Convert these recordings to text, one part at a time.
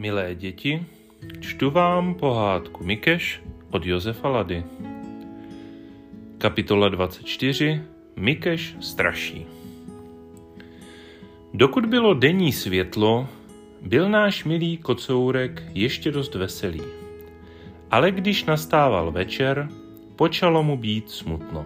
Milé děti, čtu vám pohádku Mikeš od Josefa Lady. Kapitola 24. Mikeš straší. Dokud bylo denní světlo, byl náš milý kocourek ještě dost veselý. Ale když nastával večer, počalo mu být smutno.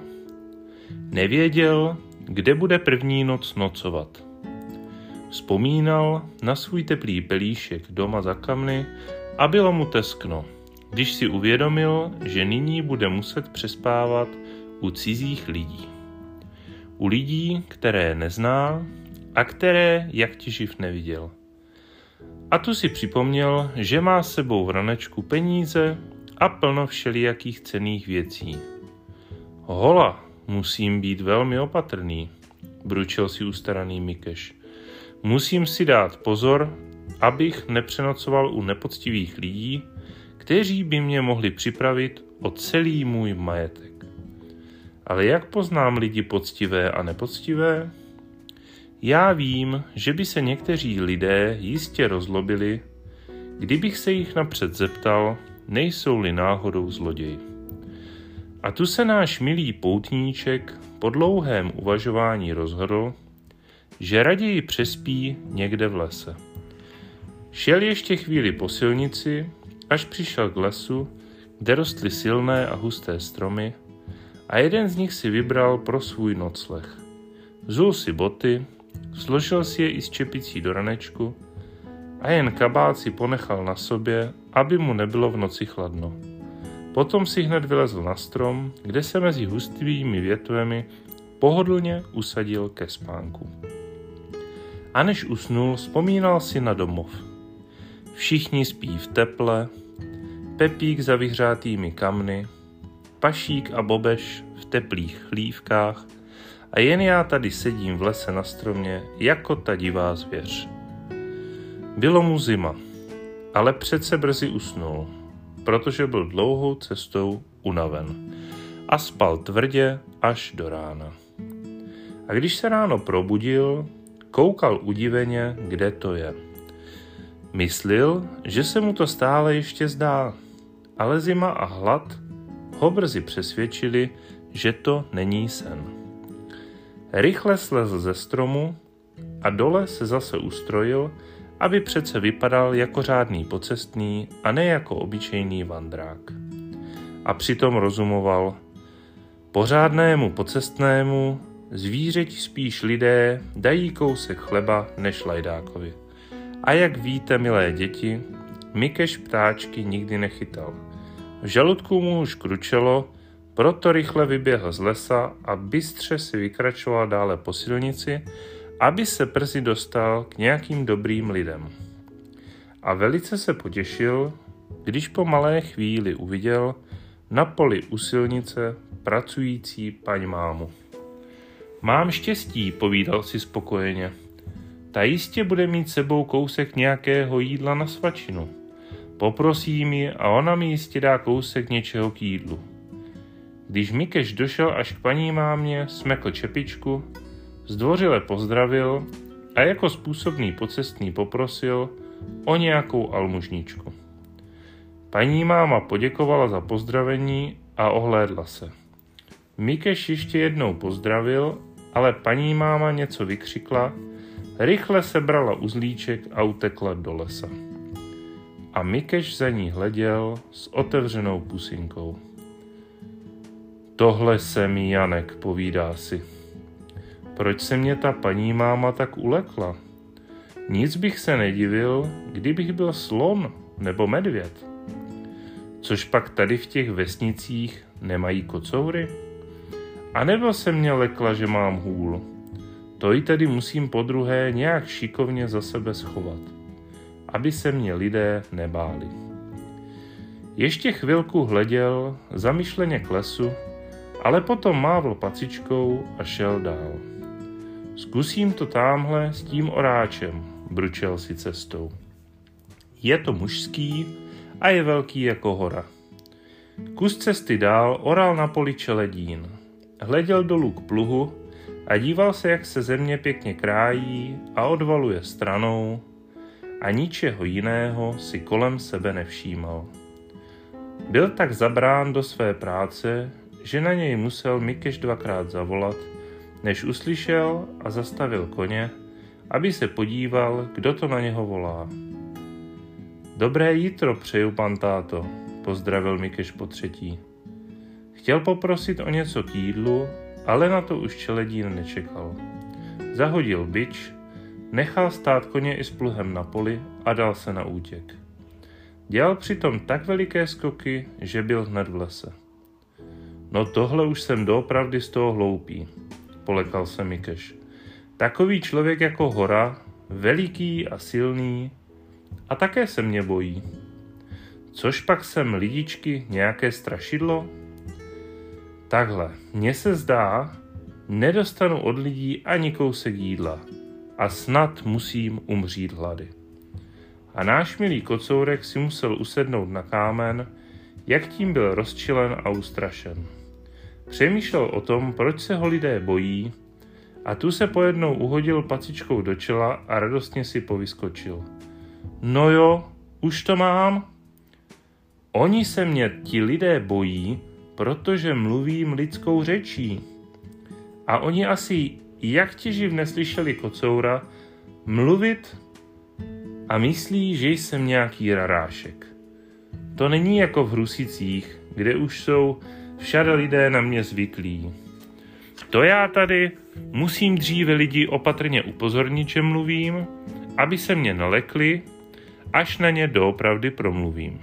Nevěděl, kde bude první noc nocovat. Vzpomínal na svůj teplý pelíšek doma za kamny a bylo mu teskno, když si uvědomil, že nyní bude muset přespávat u cizích lidí. U lidí, které nezná a které jak těživ neviděl. A tu si připomněl, že má s sebou v ranečku peníze a plno všelijakých cenných věcí. Hola, musím být velmi opatrný, bručel si ustaraný Mikeš. Musím si dát pozor, abych nepřenocoval u nepoctivých lidí, kteří by mě mohli připravit o celý můj majetek. Ale jak poznám lidi poctivé a nepoctivé? Já vím, že by se někteří lidé jistě rozlobili, kdybych se jich napřed zeptal, nejsou-li náhodou zloději. A tu se náš milý poutníček po dlouhém uvažování rozhodl, že raději přespí někde v lese. Šel ještě chvíli po silnici, až přišel k lesu, kde rostly silné a husté stromy, a jeden z nich si vybral pro svůj nocleh. Vzul si boty, složil si je i s čepicí do ranečku a jen kabát si ponechal na sobě, aby mu nebylo v noci chladno. Potom si hned vylezl na strom, kde se mezi hustými větvemi pohodlně usadil ke spánku. A než usnul, vzpomínal si na domov. Všichni spí v teple, Pepík za vyhřátými kamny, Pašík a Bobeš v teplých chlívkách a jen já tady sedím v lese na stromě jako ta divá zvěř. Bylo mu zima, ale přece brzy usnul, protože byl dlouhou cestou unaven a spal tvrdě až do rána. A když se ráno probudil, koukal udiveně, kde to je. Myslil, že se mu to stále ještě zdá, ale zima a hlad ho brzy přesvědčili, že to není sen. Rychle slezl ze stromu a dole se zase ustrojil, aby přece vypadal jako řádný pocestný a ne jako obyčejný vandrák. A přitom rozumoval, pořádnému pocestnému zvířeti spíš lidé dají kousek chleba než lajdákovi. A jak víte, milé děti, Mikeš ptáčky nikdy nechytal. V žaludku mu už kručelo, proto rychle vyběhl z lesa a bystře si vykračoval dále po silnici, aby se brzy dostal k nějakým dobrým lidem. A velice se potěšil, když po malé chvíli uviděl na poli u silnice pracující paní mámu. Mám štěstí, povídal si spokojeně. Ta jistě bude mít sebou kousek nějakého jídla na svačinu. Poprosím ji a ona mi jistě dá kousek něčeho k jídlu. Když Mikeš došel až k paní mámě, smekl čepičku, zdvořile pozdravil a jako způsobný pocestný poprosil o nějakou almužničku. Paní máma poděkovala za pozdravení a ohlédla se. Mikeš ještě jednou pozdravil, ale paní máma něco vykřikla, rychle sebrala uzlíček a utekla do lesa. A Mikeš za ní hleděl s otevřenou pusinkou. Tohle jsem Janek, povídá si. Proč se mě ta paní máma tak ulekla? Nic bych se nedivil, kdybych byl slon nebo medvěd. Což pak tady v těch vesnicích nemají kocoury? A nebo se mě lekla, že mám hůl? To ji tedy musím podruhé nějak šikovně za sebe schovat, aby se mě lidé nebáli. Ještě chvilku hleděl zamyšleně k lesu, ale potom mávl pacičkou a šel dál. Zkusím to támhle s tím oráčem, bručel si cestou. Je to mužský a je velký jako hora. Kus cesty dál oral na poli čeledín. Hleděl dolů k pluhu a díval se, jak se země pěkně krájí a odvaluje stranou a ničeho jiného si kolem sebe nevšímal. Byl tak zabrán do své práce, že na něj musel Mikeš 2krát zavolat, než uslyšel a zastavil koně, aby se podíval, kdo to na něho volá. Dobré jítro přeju, pan táto, pozdravil Mikeš po třetí. Chtěl poprosit o něco k jídlu, ale na to už čeledín nečekal. Zahodil bič, nechal stát koně i s pluhem na poli a dal se na útěk. Dělal přitom tak veliké skoky, že byl hned v lese. No tohle už jsem doopravdy z toho hloupý, polekal se Mikeš. Takový člověk jako hora, veliký a silný, a také se mě bojí. Což pak jsem lidičky nějaké strašidlo? Takhle, mně se zdá, nedostanu od lidí ani kousek jídla a snad musím umřít hlady. A náš milý kocourek si musel usednout na kámen, jak tím byl rozčilen a ustrašen. Přemýšlel o tom, proč se ho lidé bojí, a tu se pojednou uhodil pacičkou do čela a radostně si povyskočil. No jo, už to mám. Oni se mě ti lidé bojí, protože mluvím lidskou řečí. A oni asi jak těživ neslyšeli kocoura mluvit a myslí, že jsem nějaký rarášek. To není jako v Hrusicích, kde už jsou všade lidé na mě zvyklí. To já tady musím dříve lidi opatrně upozornit, že mluvím, aby se mě nalekli, až na ně doopravdy promluvím.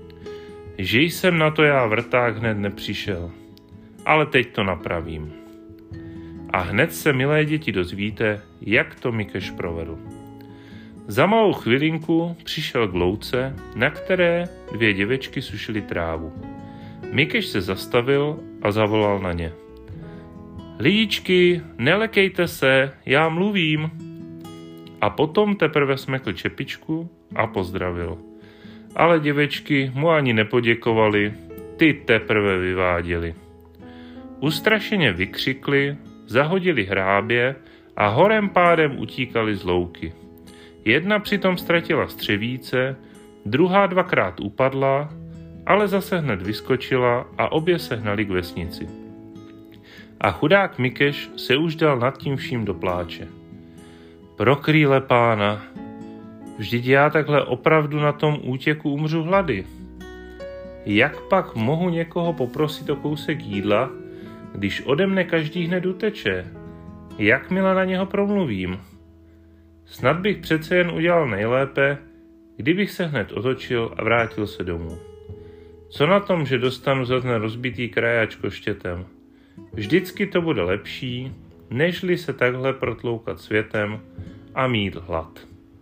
Že jsem na to já vrták hned nepřišel, ale teď to napravím. A hned se, milé děti, dozvíte, jak to Mikeš provedl. Za malou chvilinku přišel k louce, na které 2 děvečky sušily trávu. Mikeš se zastavil a zavolal na ně. Lidičky, nelekejte se, já mluvím. A potom teprve smekl čepičku a pozdravil. Ale děvečky mu ani nepoděkovali, ty teprve vyváděli. Ustrašeně vykřikli, zahodili hrábě a horem pádem utíkali z louky. Jedna přitom ztratila střevíce, druhá 2krát upadla, ale zase hned vyskočila a obě se hnali k vesnici. A chudák Mikeš se už dal nad tím vším do pláče. Pro krýle pána, vždyť já takhle opravdu na tom útěku umřu hlady. Jak pak mohu někoho poprosit o kousek jídla, když ode mne každý hned uteče? Jakmile na něho promluvím? Snad bych přece jen udělal nejlépe, kdybych se hned otočil a vrátil se domů. Co na tom, že dostanu za ten rozbitý krajáč koštětem? Vždycky to bude lepší, nežli se takhle protloukat světem a mít hlad.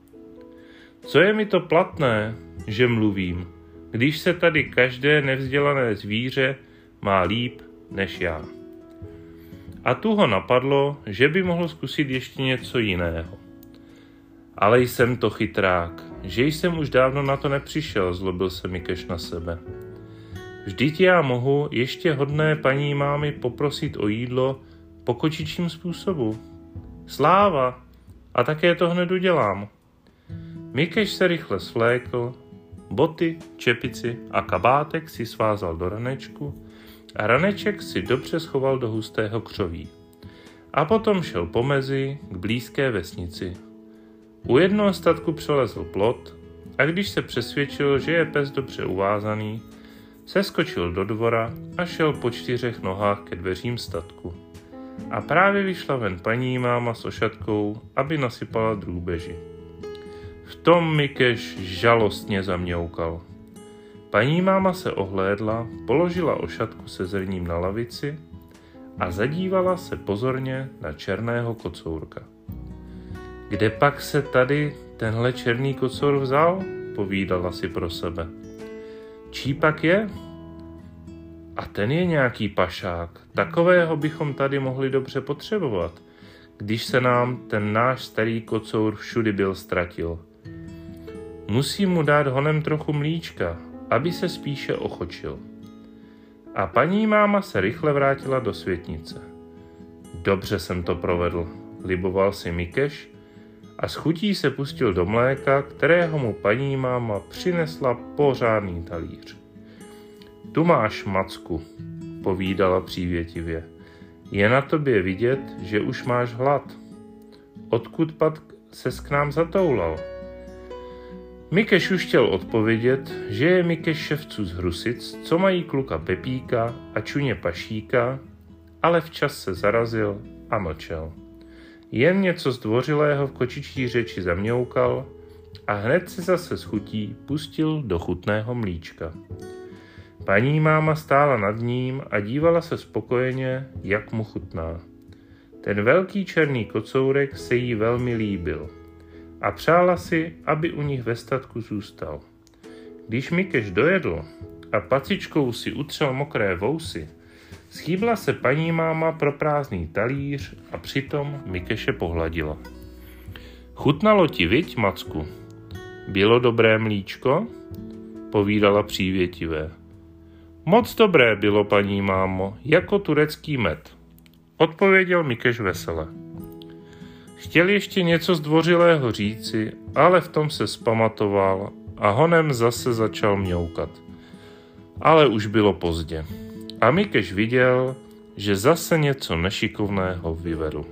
Co je mi to platné, že mluvím, když se tady každé nevzdělané zvíře má líp než já? A tu ho napadlo, že by mohl zkusit ještě něco jiného. Ale jsem to chytrák, že jsem už dávno na to nepřišel, zlobil se Mikeš na sebe. Vždyť já mohu ještě hodné paní mámy poprosit o jídlo po kočičím způsobu. Sláva! A také to hned udělám. Mikeš se rychle svlékl, boty, čepici a kabátek si svázal do ranečku a raneček si dobře schoval do hustého křoví. A potom šel po mezi k blízké vesnici. U jednoho statku přelezl plot a když se přesvědčil, že je pes dobře uvázaný, seskočil do dvora a šel po 4 nohách ke dveřím statku. A právě vyšla ven paní máma s ošatkou, aby nasypala drůbeži. V tom Mikeš žalostně zamňoukal. Paní máma se ohlédla, položila ošatku se zrním na lavici a zadívala se pozorně na černého kocourka. Kde pak se tady tenhle černý kocour vzal? Povídala si pro sebe. Čí pak je? A ten je nějaký pašák. Takového bychom tady mohli dobře potřebovat, když se nám ten náš starý kocour všudy byl ztratil. Musím mu dát honem trochu mlíčka, aby se spíše ochočil. A paní máma se rychle vrátila do světnice. Dobře jsem to provedl, liboval si Mikeš a s chutí se pustil do mléka, kterého mu paní máma přinesla pořádný talíř. Tu máš, Macku, povídala přívětivě. Je na tobě vidět, že už máš hlad. Odkud pak ses k nám zatoulal? Mikeš už chtěl odpovědět, že je Mikeš ševců z Hrusic, co mají kluka Pepíka a čuně Pašíka, ale včas se zarazil a mlčel. Jen něco zdvořilého v kočičí řeči zamňoukal a hned se zase s chutí pustil do chutného mlíčka. Paní máma stála nad ním a dívala se spokojeně, jak mu chutná. Ten velký černý kocourek se jí velmi líbil a přála si, aby u nich ve statku zůstal. Když Mikeš dojedl a pacičkou si utřel mokré vousy, schýbla se paní máma pro prázdný talíř a přitom Mikeše pohladila. Chutnalo ti, viď, Macku? Bylo dobré mlíčko? Povídala přívětivé. Moc dobré bylo, paní mámo, jako turecký med, odpověděl Mikeš vesele. Chtěl ještě něco zdvořilého říci, ale v tom se zpamatoval a honem zase začal mňoukat. Ale už bylo pozdě a Mikeš viděl, že zase něco nešikovného vyvedl.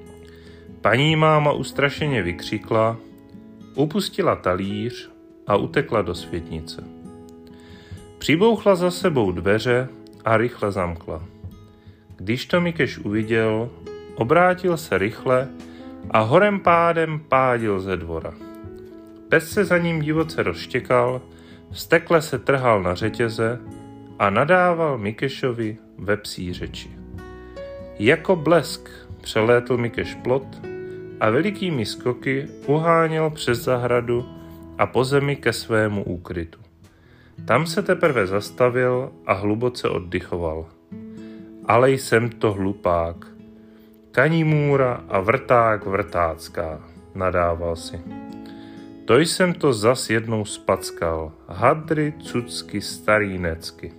Paní máma ustrašeně vykřikla, upustila talíř a utekla do světnice. Přibouchla za sebou dveře a rychle zamkla. Když to Mikeš uviděl, obrátil se rychle a horem pádem pádil ze dvora. Pes se za ním divoce rozštěkal, vztekle se trhal na řetěze a nadával Mikešovi ve psí řeči. Jako blesk přelétl Mikeš plot a velikými skoky uháněl přes zahradu a po zemi ke svému úkrytu. Tam se teprve zastavil a hluboce oddychoval. Ale jsem to hlupák. Kaní můra a vrták vrtácká, nadával si. To jsem to zas jednou spackal. Hadry, cucky, starý necky.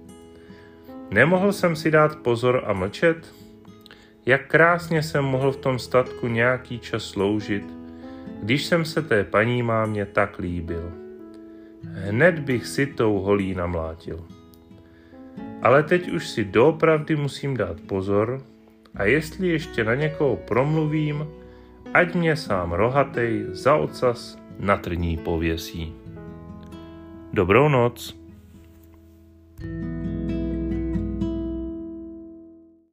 Nemohl jsem si dát pozor a mlčet? Jak krásně jsem mohl v tom statku nějaký čas sloužit, když jsem se té paní mámě tak líbil. Hned bych si tou holí namlátil. Ale teď už si doopravdy musím dát pozor a jestli ještě na někoho promluvím, ať mě sám rohatej za ocas na trní pověsí. Dobrou noc.